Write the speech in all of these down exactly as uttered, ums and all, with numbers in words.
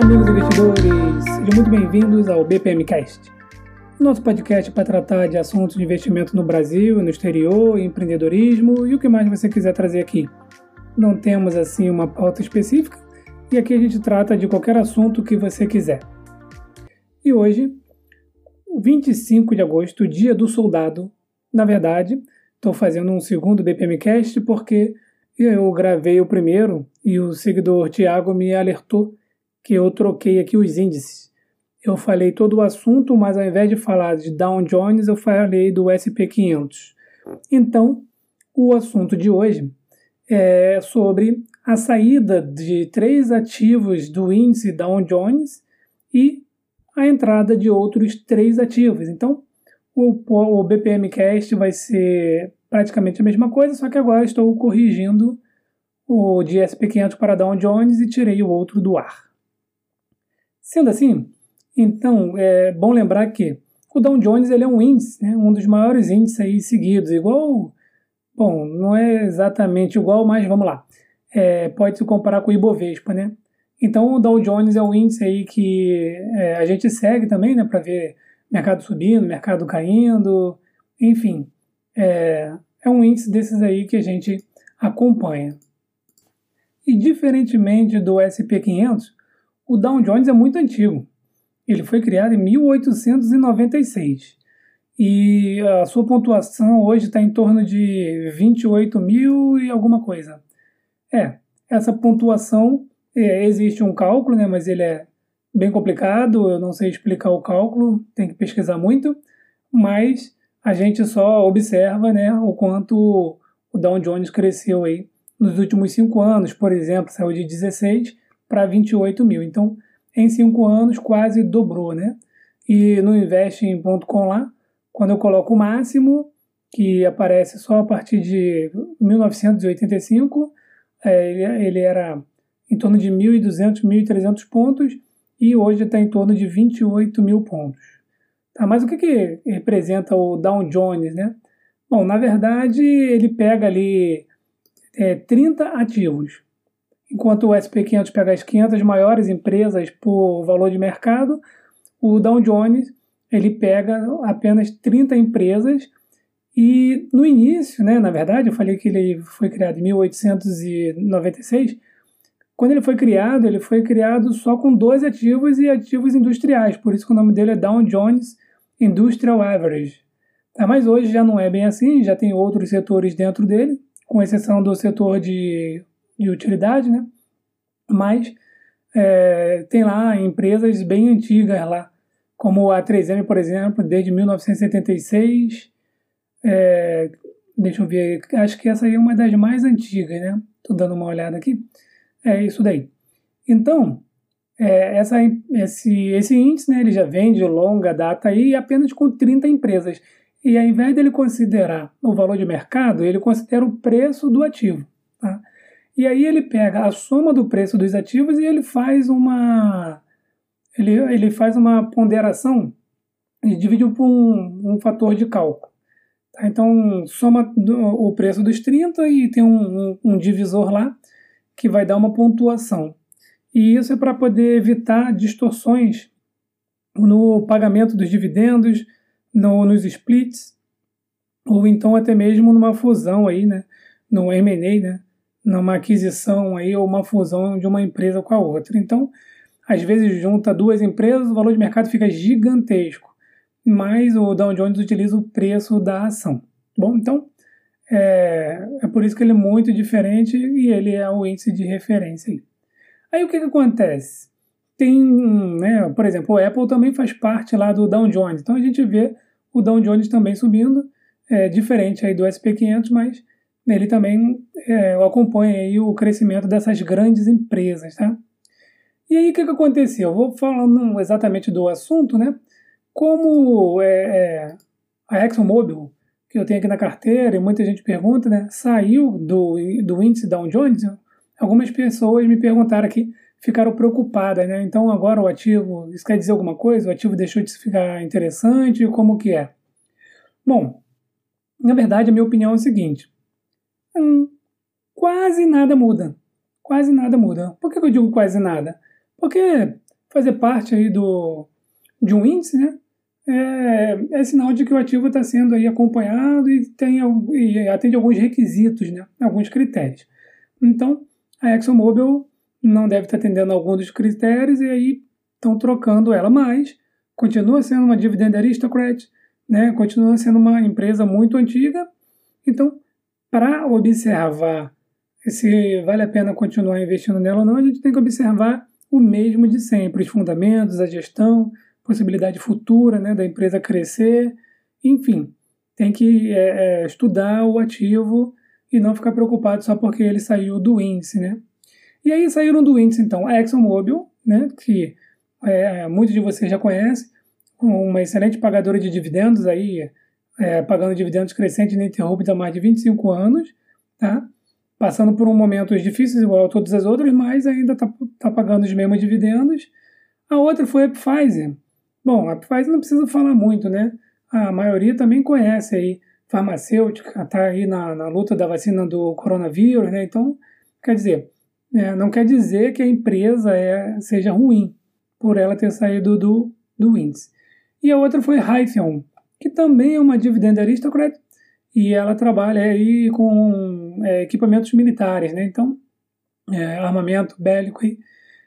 amigos investidores, sejam muito bem-vindos ao B P M Cast, o nosso podcast para tratar de assuntos de investimento no Brasil, no exterior, empreendedorismo e o que mais você quiser trazer aqui. Não temos assim uma pauta específica e aqui a gente trata de qualquer assunto que você quiser. E hoje, vinte e cinco de agosto, dia do soldado, na verdade, estou fazendo um segundo B P M Cast porque eu gravei o primeiro e o seguidor Thiago me alertou que eu troquei aqui os índices. Eu falei todo o assunto, mas ao invés de falar de Dow Jones, eu falei do S P quinhentos. Então, o assunto de hoje é sobre a saída de três ativos do índice Dow Jones e a entrada de outros três ativos. Então, o, o B P M Cast vai ser praticamente a mesma coisa, só que agora estou corrigindo o de S P quinhentos para Dow Jones e tirei o outro do ar. Sendo assim, então é bom lembrar que o Dow Jones ele é um índice, né, um dos maiores índices aí seguidos, igual, bom, não é exatamente igual, mas vamos lá, é, pode se comparar com o Ibovespa, né? Então o Dow Jones é um índice aí que é, a gente segue também, né, para ver mercado subindo, mercado caindo, enfim, é, é um índice desses aí que a gente acompanha. E diferentemente do S P quinhentos, o Dow Jones é muito antigo. Ele foi criado em mil oitocentos e noventa e seis. E a sua pontuação hoje está em torno de vinte e oito mil e alguma coisa. É, essa pontuação, é, existe um cálculo, né, mas ele é bem complicado, eu não sei explicar o cálculo, tem que pesquisar muito, mas a gente só observa, né, o quanto o Dow Jones cresceu aí nos últimos cinco anos, por exemplo, saiu de dezesseis para vinte e oito mil. Então, em cinco anos, quase dobrou, né? E no investing ponto com lá, quando eu coloco o máximo, que aparece só a partir de mil novecentos e oitenta e cinco, é, ele, ele era em torno de mil e duzentos, mil e trezentos pontos e hoje está em torno de vinte e oito mil pontos. Tá, mas o que, que representa o Dow Jones, né? Bom, na verdade, ele pega ali é, trinta ativos. Enquanto o S P quinhentos pega as quinhentas maiores empresas por valor de mercado, o Dow Jones ele pega apenas trinta empresas e no início, né, na verdade, eu falei que ele foi criado em mil oitocentos e noventa e seis, quando ele foi criado, ele foi criado só com doze ativos e ativos industriais, por isso que o nome dele é Dow Jones Industrial Average. Tá, mas hoje já não é bem assim, já tem outros setores dentro dele, com exceção do setor de de utilidade, né? Mas é, tem lá empresas bem antigas lá, como a três M, por exemplo, desde mil novecentos e setenta e seis, é, deixa eu ver, acho que essa aí é uma das mais antigas, né? Tô dando uma olhada aqui, é isso daí. Então, é, essa, esse, esse índice, né, ele já vem de longa data aí, apenas com trinta empresas, e ao invés dele considerar o valor de mercado, ele considera o preço do ativo, tá? E aí ele pega a soma do preço dos ativos e ele faz uma, ele, ele faz uma ponderação e divide por um, um fator de cálculo. Tá? Então, soma do, o preço dos trinta e tem um, um, um divisor lá que vai dar uma pontuação. E isso é para poder evitar distorções no pagamento dos dividendos, no, nos splits, ou então até mesmo numa fusão aí, né, no M and A, né? Numa aquisição aí, ou uma fusão de uma empresa com a outra. Então, às vezes junta duas empresas, o valor de mercado fica gigantesco, mas o Dow Jones utiliza o preço da ação. Bom, então, é, é por isso que ele é muito diferente e ele é o índice de referência. Aí, aí o que, que acontece? Tem, né, por exemplo, o Apple também faz parte lá do Dow Jones, então a gente vê o Dow Jones também subindo, é, diferente aí do S P quinhentos, mas ele também é, acompanha aí o crescimento dessas grandes empresas, tá? E aí o que, que aconteceu? Eu vou falando exatamente do assunto, né? Como é, é, a ExxonMobil, que eu tenho aqui na carteira, e muita gente pergunta, né? Saiu do, do índice Dow Jones, algumas pessoas me perguntaram aqui, ficaram preocupadas, né? Então agora o ativo, isso quer dizer alguma coisa? O ativo deixou de ficar interessante? Como que é? Bom, na verdade a minha opinião é o seguinte, Hum, quase nada muda. Quase nada muda. Por que eu digo quase nada? Porque fazer parte aí do, de um índice, né? É, é sinal de que o ativo está sendo aí acompanhado e, tem, e atende alguns requisitos, né? Alguns critérios. Então, a ExxonMobil não deve estar atendendo algum dos critérios e aí estão trocando ela, mas continua sendo uma dividend aristocrat, né? Continua sendo uma empresa muito antiga. Então, para observar se vale a pena continuar investindo nela ou não, a gente tem que observar o mesmo de sempre, os fundamentos, a gestão, possibilidade futura, né, da empresa crescer, enfim, tem que é, é, estudar o ativo e não ficar preocupado só porque ele saiu do índice, né. E aí saíram do índice, então, a ExxonMobil, né, que é, muitos de vocês já conhecem, uma excelente pagadora de dividendos, aí, é, pagando dividendos crescentes ininterruptos há mais de vinte e cinco anos, tá? Passando por um momentos difíceis igual a todas as outras, mas ainda está tá pagando os mesmos dividendos. A outra foi a Pfizer. Bom, a Pfizer não precisa falar muito, né? A maioria também conhece aí, farmacêutica, está aí na, na luta da vacina do coronavírus, né? Então, quer dizer, é, não quer dizer que a empresa é, seja ruim por ela ter saído do, do índice. E a outra foi Raytheon, que também é uma dividend aristocrat, e ela trabalha aí com é, equipamentos militares, né? Então, é, armamento bélico. Aí.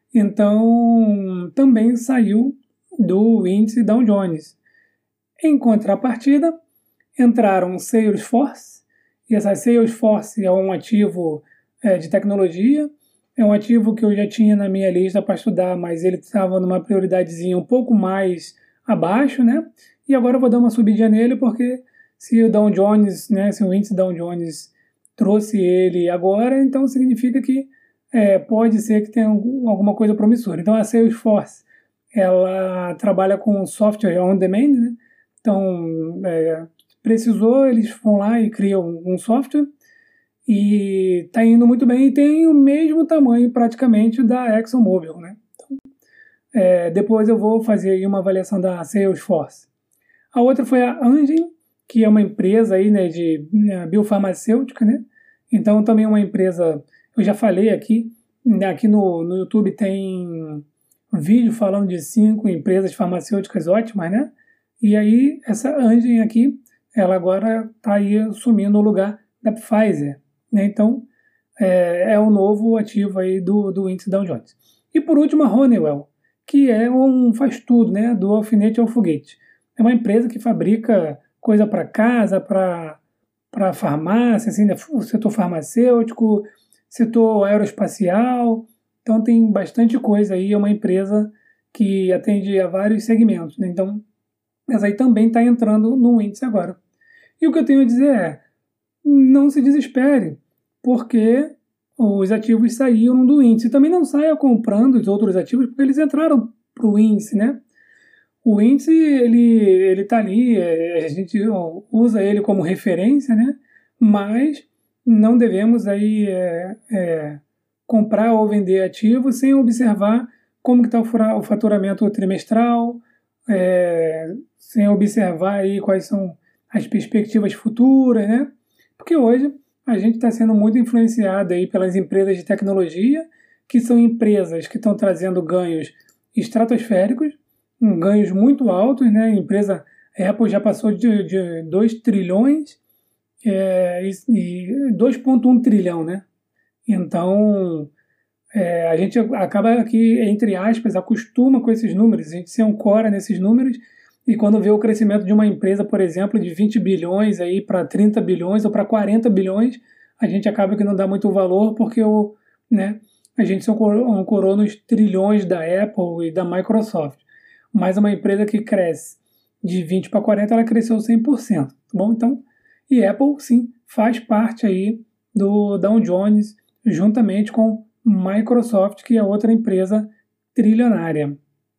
Então, também saiu do índice Dow Jones. Em contrapartida, entraram Salesforce, e essa Salesforce é um ativo é, de tecnologia, é um ativo que eu já tinha na minha lista para estudar, mas ele estava numa prioridadezinha um pouco mais abaixo, né? E agora eu vou dar uma subidinha nele, porque se o Dow Jones, né, se o índice Dow Jones trouxe ele agora, então significa que é, pode ser que tenha alguma coisa promissora. Então a Salesforce, ela trabalha com software on demand, né? Então é, precisou, eles vão lá e criam um software e está indo muito bem e tem o mesmo tamanho praticamente da ExxonMobil, né? Então, é, depois eu vou fazer aí uma avaliação da Salesforce. A outra foi a Amgen, que é uma empresa aí, né, de né, biofarmacêutica, né? Então também é uma empresa, eu já falei aqui, né, aqui no, no YouTube tem um vídeo falando de cinco empresas farmacêuticas ótimas, né? E aí essa Amgen aqui, ela agora está aí assumindo o lugar da Pfizer, né? Então é, é um novo ativo aí do, do índice Dow Jones. E por último a Honeywell, que é um faz tudo, né? Do alfinete ao foguete. É uma empresa que fabrica coisa para casa, para para farmácia, assim, né? O setor farmacêutico, setor aeroespacial. Então tem bastante coisa aí, é uma empresa que atende a vários segmentos, né? Então essa aí também está entrando no índice agora. E o que eu tenho a dizer é, não se desespere, porque os ativos saíram do índice. Também não saia comprando os outros ativos, porque eles entraram para o índice, né? O índice, ele ele está ali, a gente usa ele como referência, né? Mas não devemos aí é, é, comprar ou vender ativos sem observar como está o faturamento trimestral, é, sem observar aí quais são as perspectivas futuras, né? Porque hoje a gente está sendo muito influenciado aí pelas empresas de tecnologia, que são empresas que estão trazendo ganhos estratosféricos, ganhos muito altos, né? A empresa a Apple já passou de, de dois trilhões é, e, e dois vírgula um trilhão, né? Então, é, a gente acaba aqui, entre aspas, acostuma com esses números, a gente se ancora nesses números e quando vê o crescimento de uma empresa, por exemplo, de vinte bilhões aí para trinta bilhões ou para quarenta bilhões, a gente acaba que não dá muito valor porque o, né, a gente se ancorou nos trilhões da Apple e da Microsoft. Mas uma empresa que cresce de vinte para quarenta, ela cresceu cem por cento, tá bom? Então, e Apple, sim, faz parte aí do Dow Jones, juntamente com Microsoft, que é outra empresa trilionária.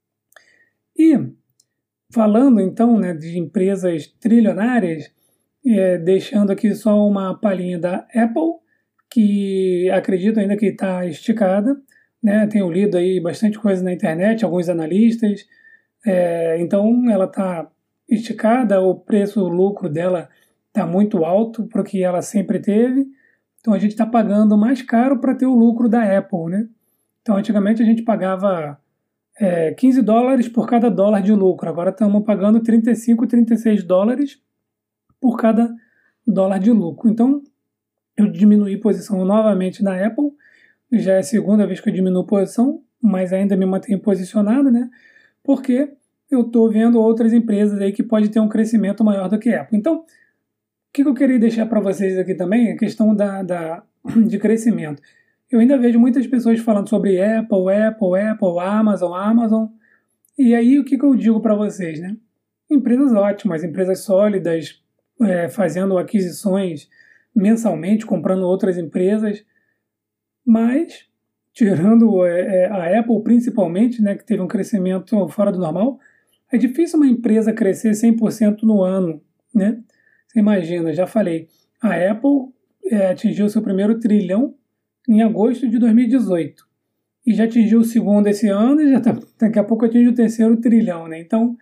E, falando então, né, de empresas trilionárias, é, deixando aqui só uma palhinha da Apple, que acredito ainda que está esticada, né? Tenho lido aí bastante coisa na internet, alguns analistas. É, então ela está esticada, o preço, o lucro dela está muito alto para o que ela sempre teve, então a gente está pagando mais caro para ter o lucro da Apple, né? Então antigamente a gente pagava é, quinze dólares por cada dólar de lucro. Agora estamos pagando trinta e cinco, trinta e seis dólares por cada dólar de lucro. Então, eu diminuí posição novamente na Apple. Já é a segunda vez que eu diminuo posição, mas ainda me mantenho posicionado, né? Porque eu estou vendo outras empresas aí que podem ter um crescimento maior do que a Apple. Então, o que eu queria deixar para vocês aqui também é a questão da, da, de crescimento. Eu ainda vejo muitas pessoas falando sobre Apple, Apple, Apple, Amazon, Amazon. E aí, o que, que eu digo para vocês, né? Empresas ótimas, empresas sólidas, é, fazendo aquisições mensalmente, comprando outras empresas. Mas, tirando é, a Apple principalmente, né, que teve um crescimento fora do normal, é difícil uma empresa crescer cem por cento no ano, né? Você imagina, já falei, a Apple é, atingiu seu primeiro trilhão em agosto de dois mil e dezoito. E já atingiu o segundo esse ano e já tá, daqui a pouco atinge o terceiro trilhão, né? Então,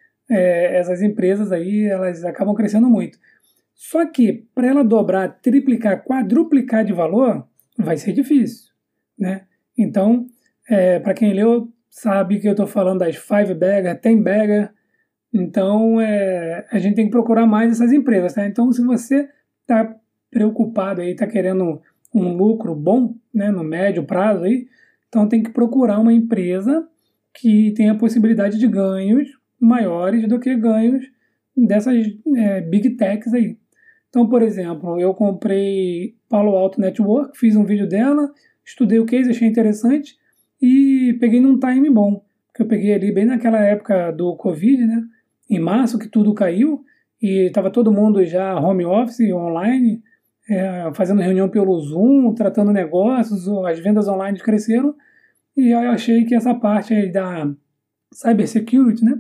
é, essas empresas aí, elas acabam crescendo muito. Só que, para ela dobrar, triplicar, quadruplicar de valor, vai ser difícil, né? Então, é, para quem leu, sabe que eu estou falando das five bagger, ten bagger. Então, é, a gente tem que procurar mais essas empresas, tá? Então, se você está preocupado aí, está querendo um lucro bom, né, no médio prazo aí, então tem que procurar uma empresa que tenha possibilidade de ganhos maiores do que ganhos dessas é, big techs aí. Então, por exemplo, eu comprei Palo Alto Network, fiz um vídeo dela, estudei o case, achei interessante e peguei num time bom, que eu peguei ali bem naquela época do Covid, né, em março, que tudo caiu e estava todo mundo já home office, online, É, fazendo reunião pelo Zoom, tratando negócios, as vendas online cresceram, e eu achei que essa parte aí da cybersecurity, né,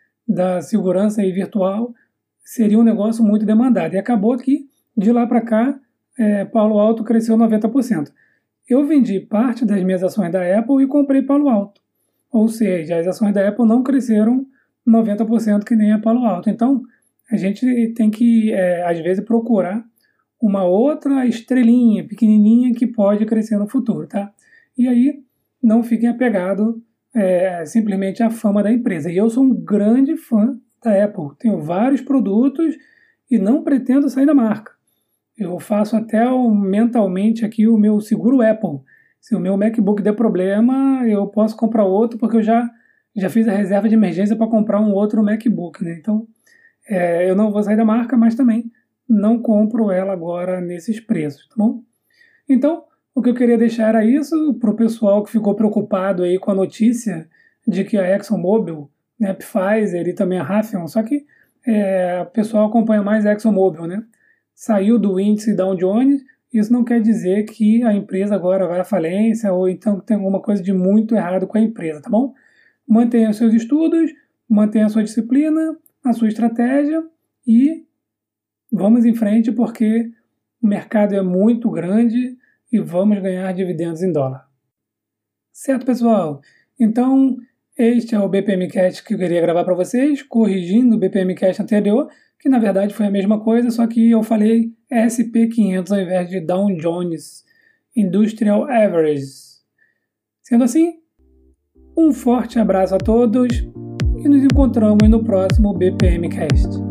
da segurança aí virtual, seria um negócio muito demandado. E acabou que, de lá para cá, é, Palo Alto cresceu noventa por cento. Eu vendi parte das minhas ações da Apple e comprei Palo Alto. Ou seja, as ações da Apple não cresceram noventa por cento que nem a Palo Alto. Então, a gente tem que, é, às vezes, procurar uma outra estrelinha pequenininha que pode crescer no futuro, tá? E aí, não fiquem apegados é, simplesmente à fama da empresa. E eu sou um grande fã da Apple. Tenho vários produtos e não pretendo sair da marca. Eu faço até mentalmente aqui o meu seguro Apple. Se o meu MacBook der problema, eu posso comprar outro, porque eu já, já fiz a reserva de emergência para comprar um outro MacBook, né? Então, é, eu não vou sair da marca, mas também não compro ela agora nesses preços, tá bom? Então, o que eu queria deixar era isso para o pessoal que ficou preocupado aí com a notícia de que a ExxonMobil, né, Pfizer e também a Raytheon, só que é, o pessoal acompanha mais a ExxonMobil, né? Saiu do índice Dow Jones, isso não quer dizer que a empresa agora vai à falência ou então tem alguma coisa de muito errado com a empresa, tá bom? Mantenha os seus estudos, mantenha a sua disciplina, a sua estratégia e vamos em frente porque o mercado é muito grande e vamos ganhar dividendos em dólar. Certo, pessoal? Então, este é o BPMcast que eu queria gravar para vocês, corrigindo o BPMcast anterior, que na verdade foi a mesma coisa, só que eu falei S P quinhentos ao invés de Dow Jones Industrial Average. Sendo assim, um forte abraço a todos e nos encontramos no próximo BPMcast.